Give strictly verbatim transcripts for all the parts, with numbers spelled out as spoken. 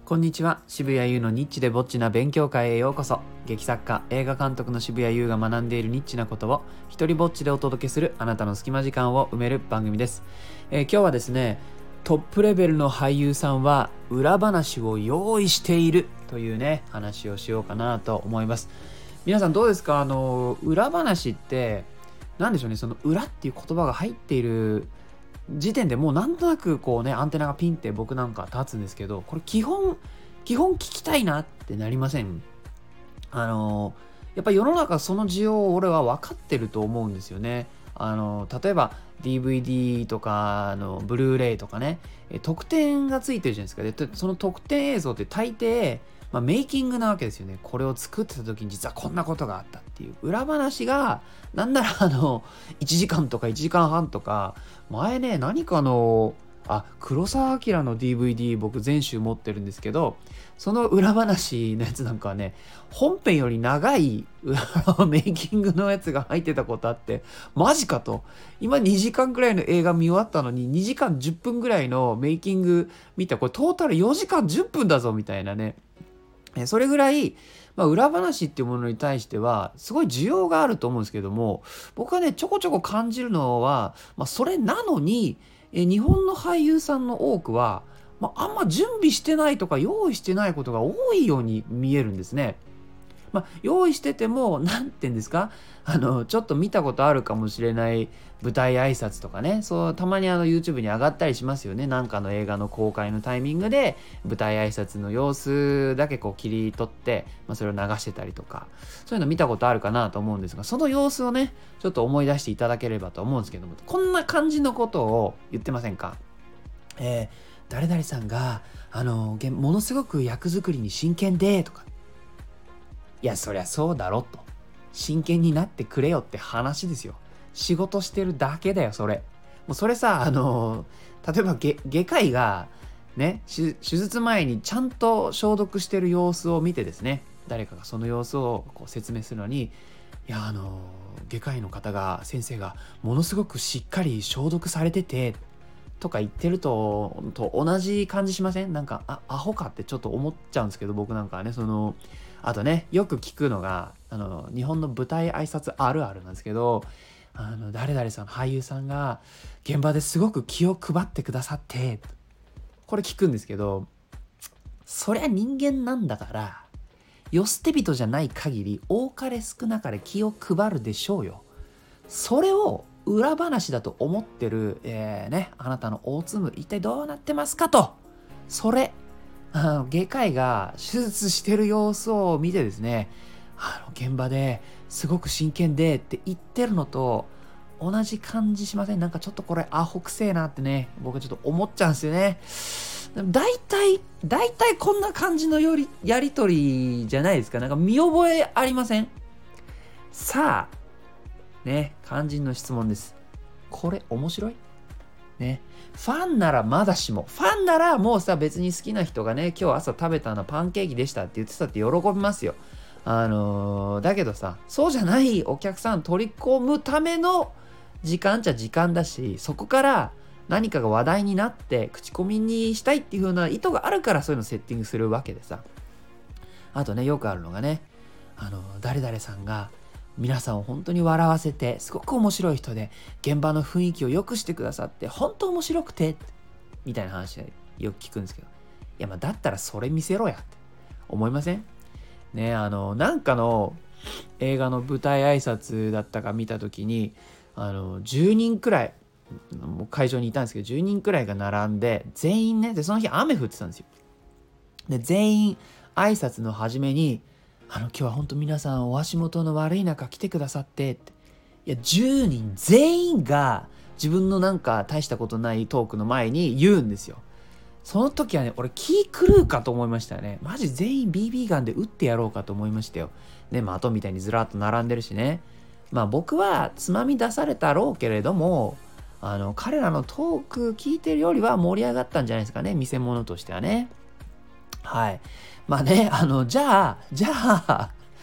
こんにちは。渋谷優のニッチでぼっちな勉強会へようこそ。劇作家、映画監督の渋谷優が学んでいるニッチなことを一人ぼっちでお届けするあなたの隙間時間を埋める番組です。えー、今日はですね、トップレベルの俳優さんは裏話を用意しているというね、話をしようかなと思います。皆さんどうですか？あの、裏話って何でしょうね、その裏っていう言葉が入っている時点でもうなんとなくこうねアンテナがピンって僕なんか立つんですけど、これ基本基本聞きたいなってなりません？あのやっぱ世の中その需要を俺は分かってると思うんですよね。あの例えば ディーブイディー とかあのブルーレイとかね、特典がついてるじゃないですか。でその特典映像って大抵、まあ、メイキングなわけですよね。これを作ってた時に実はこんなことがあったっていう裏話がなんならあのいちじかんとかいちじかんはんとか、前ね何かのあ黒澤明の ディーブイディー 僕全集持ってるんですけど、その裏話のやつなんかはね本編より長いメイキングのやつが入ってたことあって、マジかと、今にじかんくらいの映画見終わったのににじかんじゅっぷんぐらいのメイキング見た、これトータルよじかんじゅっぷんだぞみたいなね。それぐらい、まあ、裏話っていうものに対してはすごい需要があると思うんですけども、僕はねちょこちょこ感じるのは、まあ、それなのにえ日本の俳優さんの多くは、まあ、あんま準備してないとか用意してないことが多いように見えるんですね。まあ、用意してても何て言うんですか、あのちょっと見たことあるかもしれない舞台挨拶とかね、そうたまにあの YouTube に上がったりしますよね。なんかの映画の公開のタイミングで舞台挨拶の様子だけこう切り取って、まあ、それを流してたりとか、そういうの見たことあるかなと思うんですが、その様子をねちょっと思い出していただければと思うんですけども、こんな感じのことを言ってませんか？えー、誰々さんがあのものすごく役作りに真剣でとか、いやそりゃそうだろと、真剣になってくれよって話ですよ。仕事してるだけだよそれ。もうそれさ、あの例えば外外科医がね手術前にちゃんと消毒してる様子を見てですね、誰かがその様子をこう説明するのに、いやあの外科医の方が先生がものすごくしっかり消毒されててとか言ってるとと同じ感じしません？なんかあアホかってちょっと思っちゃうんですけど、僕なんかはね、そのあとねよく聞くのがあの日本の舞台挨拶あるあるなんですけど、あの誰々さん俳優さんが現場ですごく気を配ってくださって、これ聞くんですけど、そりゃ人間なんだから世捨て人じゃない限り多かれ少なかれ気を配るでしょうよ。それを裏話だと思ってる、えーね、あなたの大粒一体どうなってますかと、それあの外科医が手術してる様子を見てですね、あの現場ですごく真剣でって言ってるのと同じ感じしません？なんかちょっとこれアホくせえなってね、僕はちょっと思っちゃうんですよね。だいたいだいたいこんな感じのよりやりとりじゃないですか。なんか見覚えありません？さあね、肝心の質問です。これ面白い？ね、ファンならまだしも、ファンならもうさ別に好きな人がね今日朝食べたのはパンケーキでしたって言ってたって喜びますよ。あのー、だけどさ、そうじゃないお客さん取り込むための時間っちゃ時間だし、そこから何かが話題になって口コミにしたいっていう風な意図があるからそういうのセッティングするわけでさ。あとねよくあるのがね、あの誰々さんが皆さんを本当に笑わせてすごく面白い人で現場の雰囲気を良くしてくださって本当面白くてみたいな話でよく聞くんですけど、いやまあだったらそれ見せろやって思いません？ね、あのなんかの映画の舞台挨拶だったか見た時に、あのじゅうにんくらい会場にいたんですけど、じゅうにんくらいが並んで全員ね、でその日雨降ってたんですよ。で全員挨拶の初めに、あの今日は本当皆さんお足元の悪い中来てくださってって、いやじゅうにん全員が自分のなんか大したことないトークの前に言うんですよ。その時はね俺気狂うかと思いましたね。マジ全員 ビービー ガンで撃ってやろうかと思いましたよね。まあ後みたいにずらっと並んでるしね。まあ僕はつまみ出されたろうけれども、あの彼らのトーク聞いてるよりは盛り上がったんじゃないですかね、見せ物としてはね。はい。まあね、あのじゃあじゃあ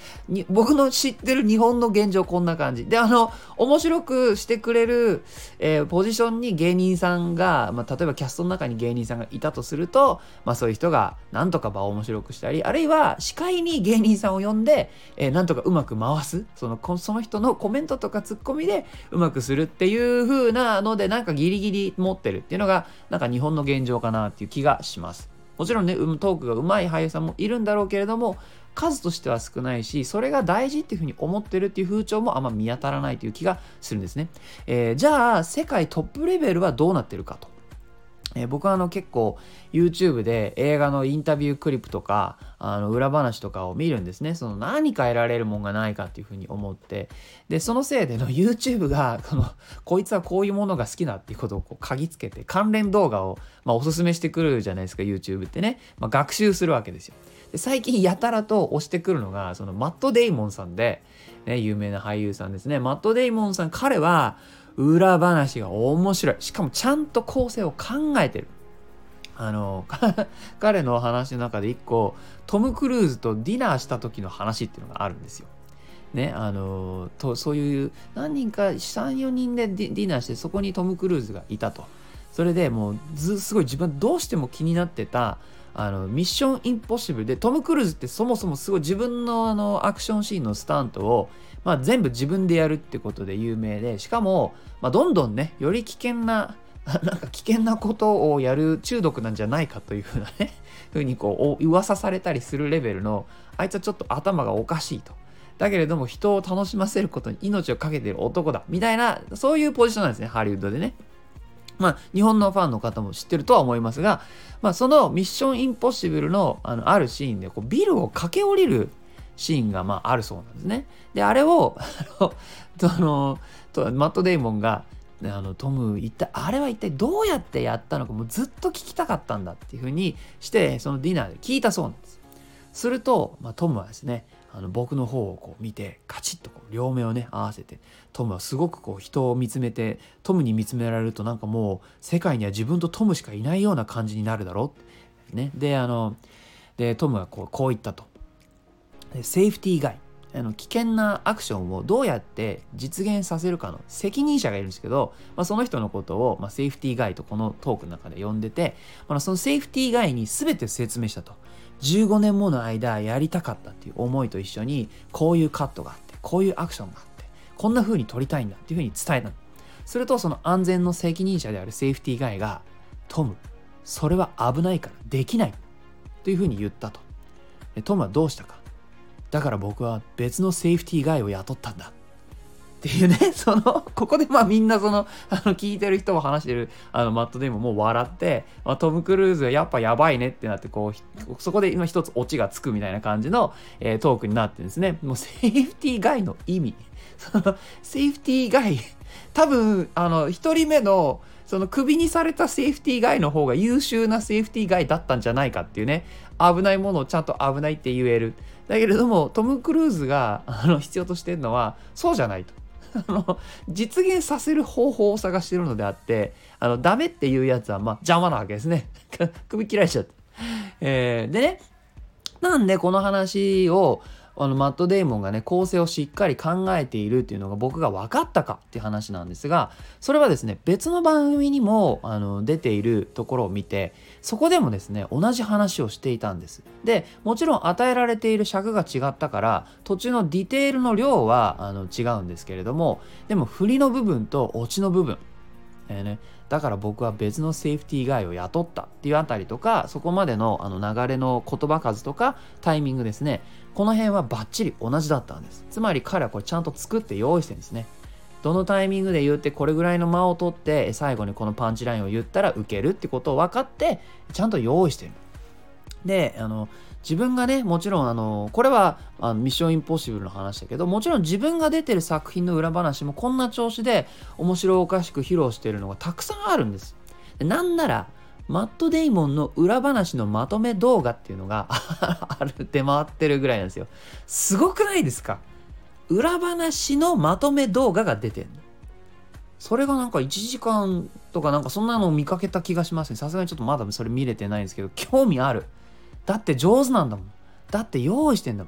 に僕の知ってる日本の現状こんな感じで、あの面白くしてくれる、えー、ポジションに芸人さんが、まあ、例えばキャストの中に芸人さんがいたとすると、まあ、そういう人がなんとか場を面白くしたり、あるいは司会に芸人さんを呼んで、えー、なんとかうまく回す、そのその人のコメントとかツッコミでうまくするっていう風なので、なんかギリギリ持ってるっていうのがなんか日本の現状かなっていう気がします。もちろんね、トークが上手い俳優さんもいるんだろうけれども、数としては少ないし、それが大事っていうふうに思ってるっていう風潮もあんま見当たらないという気がするんですね。えー、じゃあ世界トップレベルはどうなってるかと。えー、僕はあの結構 YouTube で映画のインタビュークリップとかあの裏話とかを見るんですね。その何か得られるもんがないかっていうふうに思って、でそのせいでの YouTube がこのこいつはこういうものが好きだっていうことをこう嗅ぎつけて関連動画を、まあ、おすすめしてくるじゃないですか YouTube ってね、まあ、学習するわけですよ。で最近やたらと推してくるのがそのマット・デイモンさんで、ね、有名な俳優さんですね。マット・デイモンさん、彼は裏話が面白い。しかもちゃんと構成を考えてる。あの彼の話の中で一個トム・クルーズとディナーした時の話っていうのがあるんですよ。ね、あのとそういう何人か さん,よ 人でディディナーして、そこにトム・クルーズがいたと。それでもうずすごい自分どうしても気になってたあのミッションインポッシブルで、トム・クルーズってそもそもすごい自分のあのアクションシーンのスタントを、まあ、全部自分でやるってことで有名で、しかも、まあ、どんどんねより危険ななんか危険なことをやる中毒なんじゃないかというふうなねふうにこう噂されたりするレベルの、あいつはちょっと頭がおかしいと。だけれども人を楽しませることに命を懸けている男だみたいな、そういうポジションなんですね、ハリウッドでね。まあ、日本のファンの方も知ってるとは思いますが、まあ、そのミッションインポッシブルの あのあるシーンでこうビルを駆け下りるシーンがまああるそうなんですね。であれをあのとマット・デイモンがあのトム一体あれは一体どうやってやったのかもうずっと聞きたかったんだっていうふうにしてそのディナーで聞いたそうなんです。すると、まあ、トムはですねあの僕の方をこう見てカチッとこう両目をね合わせて、トムはすごくこう人を見つめて、トムに見つめられるとなんかもう世界には自分とトムしかいないような感じになるだろうね。であのでトムはこうこう言ったと。セーフティーガイ、あの危険なアクションをどうやって実現させるかの責任者がいるんですけど、まあ、その人のことを、まあ、セーフティーガイとこのトークの中で呼んでて、まあ、そのセーフティーガイに全て説明したと。じゅうごねんもの間やりたかったっていう思いと一緒に、こういうカットがあってこういうアクションがあってこんな風に撮りたいんだっていう風に伝えたの。するとその安全の責任者であるセーフティーガイが、トムそれは危ないからできないという風に言ったと。でトムはどうしたか。だから僕は別のセーフティーガイを雇ったんだっていうね、そのここでまあみんなそのあの聞いてる人も話してるあのマット・デイモンも笑って、まあ、トム・クルーズはやっぱやばいねってなって、こうそこで今一つオチがつくみたいな感じの、えー、トークになってるんですね。もうセーフティーガイの意味、そのセーフティーガイ多分あの一人目のそのクビにされたセーフティーガイの方が優秀なセーフティーガイだったんじゃないかっていうね、危ないものをちゃんと危ないって言える。だけれどもトム・クルーズがあの必要としてるのはそうじゃないと。あの実現させる方法を探してるのであって、あのダメっていうやつはまあ邪魔なわけですね。首切られちゃって、えー、でね、なんでこの話をあのマット・デイモンがね構成をしっかり考えているっていうのが僕が分かったかっていう話なんですが、それはですね別の番組にもあの出ているところを見て、そこでもですね同じ話をしていたんです。でもちろん与えられている尺が違ったから途中のディテールの量はあの違うんですけれども、でも振りの部分とオチの部分、えーね、だから僕は別のセーフティーガイを雇ったっていうあたりとか、そこまでのあの流れの言葉数とかタイミングですね、この辺はバッチリ同じだったんです。つまり彼はこれちゃんと作って用意してるんですね。どのタイミングで言ってこれぐらいの間を取って最後にこのパンチラインを言ったら受けるってことを分かってちゃんと用意してる。であの自分がねもちろんあのこれはあのミッションインポッシブルの話だけど、もちろん自分が出てる作品の裏話もこんな調子で面白おかしく披露しているのがたくさんあるんです。でなんならマット・デイモンの裏話のまとめ動画っていうのがある出回ってるぐらいなんですよ。すごくないですか？裏話のまとめ動画が出てる。それがなんかいちじかんとかなんかそんなのを見かけた気がしますね。さすがにちょっとまだそれ見れてないんですけど、興味ある。だって上手なんだもん。だって用意してんだもん。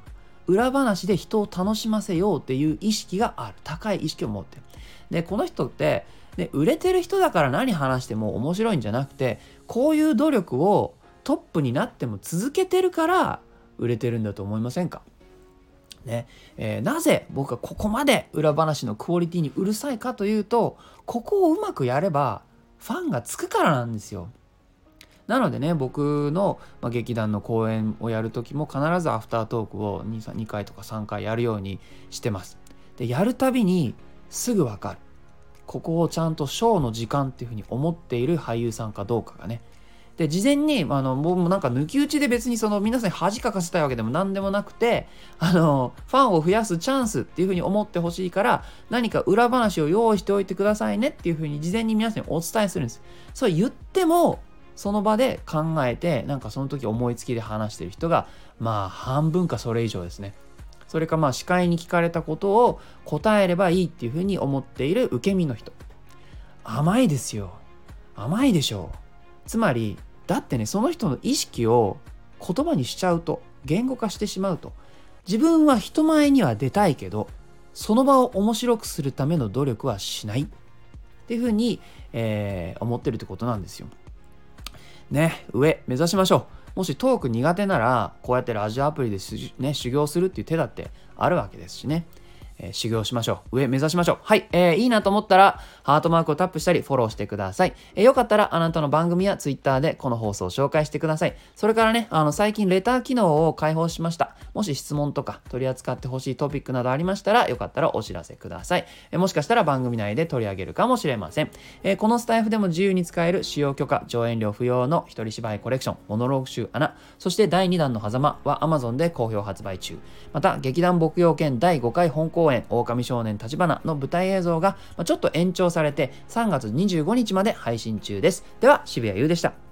裏話で人を楽しませようっていう意識がある。高い意識を持ってる。で、この人って、ね、売れてる人だから何話しても面白いんじゃなくて、こういう努力をトップになっても続けてるから売れてるんだと思いませんか？ねえー、なぜ僕がここまで裏話のクオリティにうるさいかというと、ここをうまくやればファンがつくからなんですよ。なのでね、僕の、まあ、劇団の公演をやるときも必ずアフタートークを 2, にかいとかさんかいやるようにしてます。で、やるたびにすぐわかる。ここをちゃんとショーの時間っていうふうに思っている俳優さんかどうかがね。で、事前に、あの、僕もなんか抜き打ちで別にその皆さんに恥かかせたいわけでも何でもなくて、あの、ファンを増やすチャンスっていうふうに思ってほしいから、何か裏話を用意しておいてくださいねっていうふうに事前に皆さんにお伝えするんです。そう言っても、その場で考えて、なんかその時思いつきで話してる人が、まあ半分かそれ以上ですね。それかまあ司会に聞かれたことを答えればいいっていうふうに思っている受け身の人。甘いですよ。甘いでしょう。つまり、だってね、その人の意識を言葉にしちゃうと、言語化してしまうと、自分は人前には出たいけど、その場を面白くするための努力はしないっていうふうに、えー、思ってるってことなんですよ。ね、上目指しましょう。もしトーク苦手なら、こうやってラジオアプリで、ね、修行するっていう手だってあるわけですしね。えー、修行しましょう。上目指しましょう。はい、えー、いいなと思ったらハートマークをタップしたりフォローしてください。えー、よかったらあなたの番組やツイッターでこの放送を紹介してください。それからね、あの最近レター機能を開放しました。もし質問とか取り扱ってほしいトピックなどありましたら、よかったらお知らせください。えー、もしかしたら番組内で取り上げるかもしれません。えー、このスタイフでも自由に使える使用許可上演料不要の一人芝居コレクションモノローグ集穴、そしてだいにだんの狭間は Amazon で好評発売中。また劇団牧羊犬だいごかい本公演狼少年立花の舞台映像がちょっと延長されてさんがつにじゅうごにちまで配信中です。では、渋谷優でした。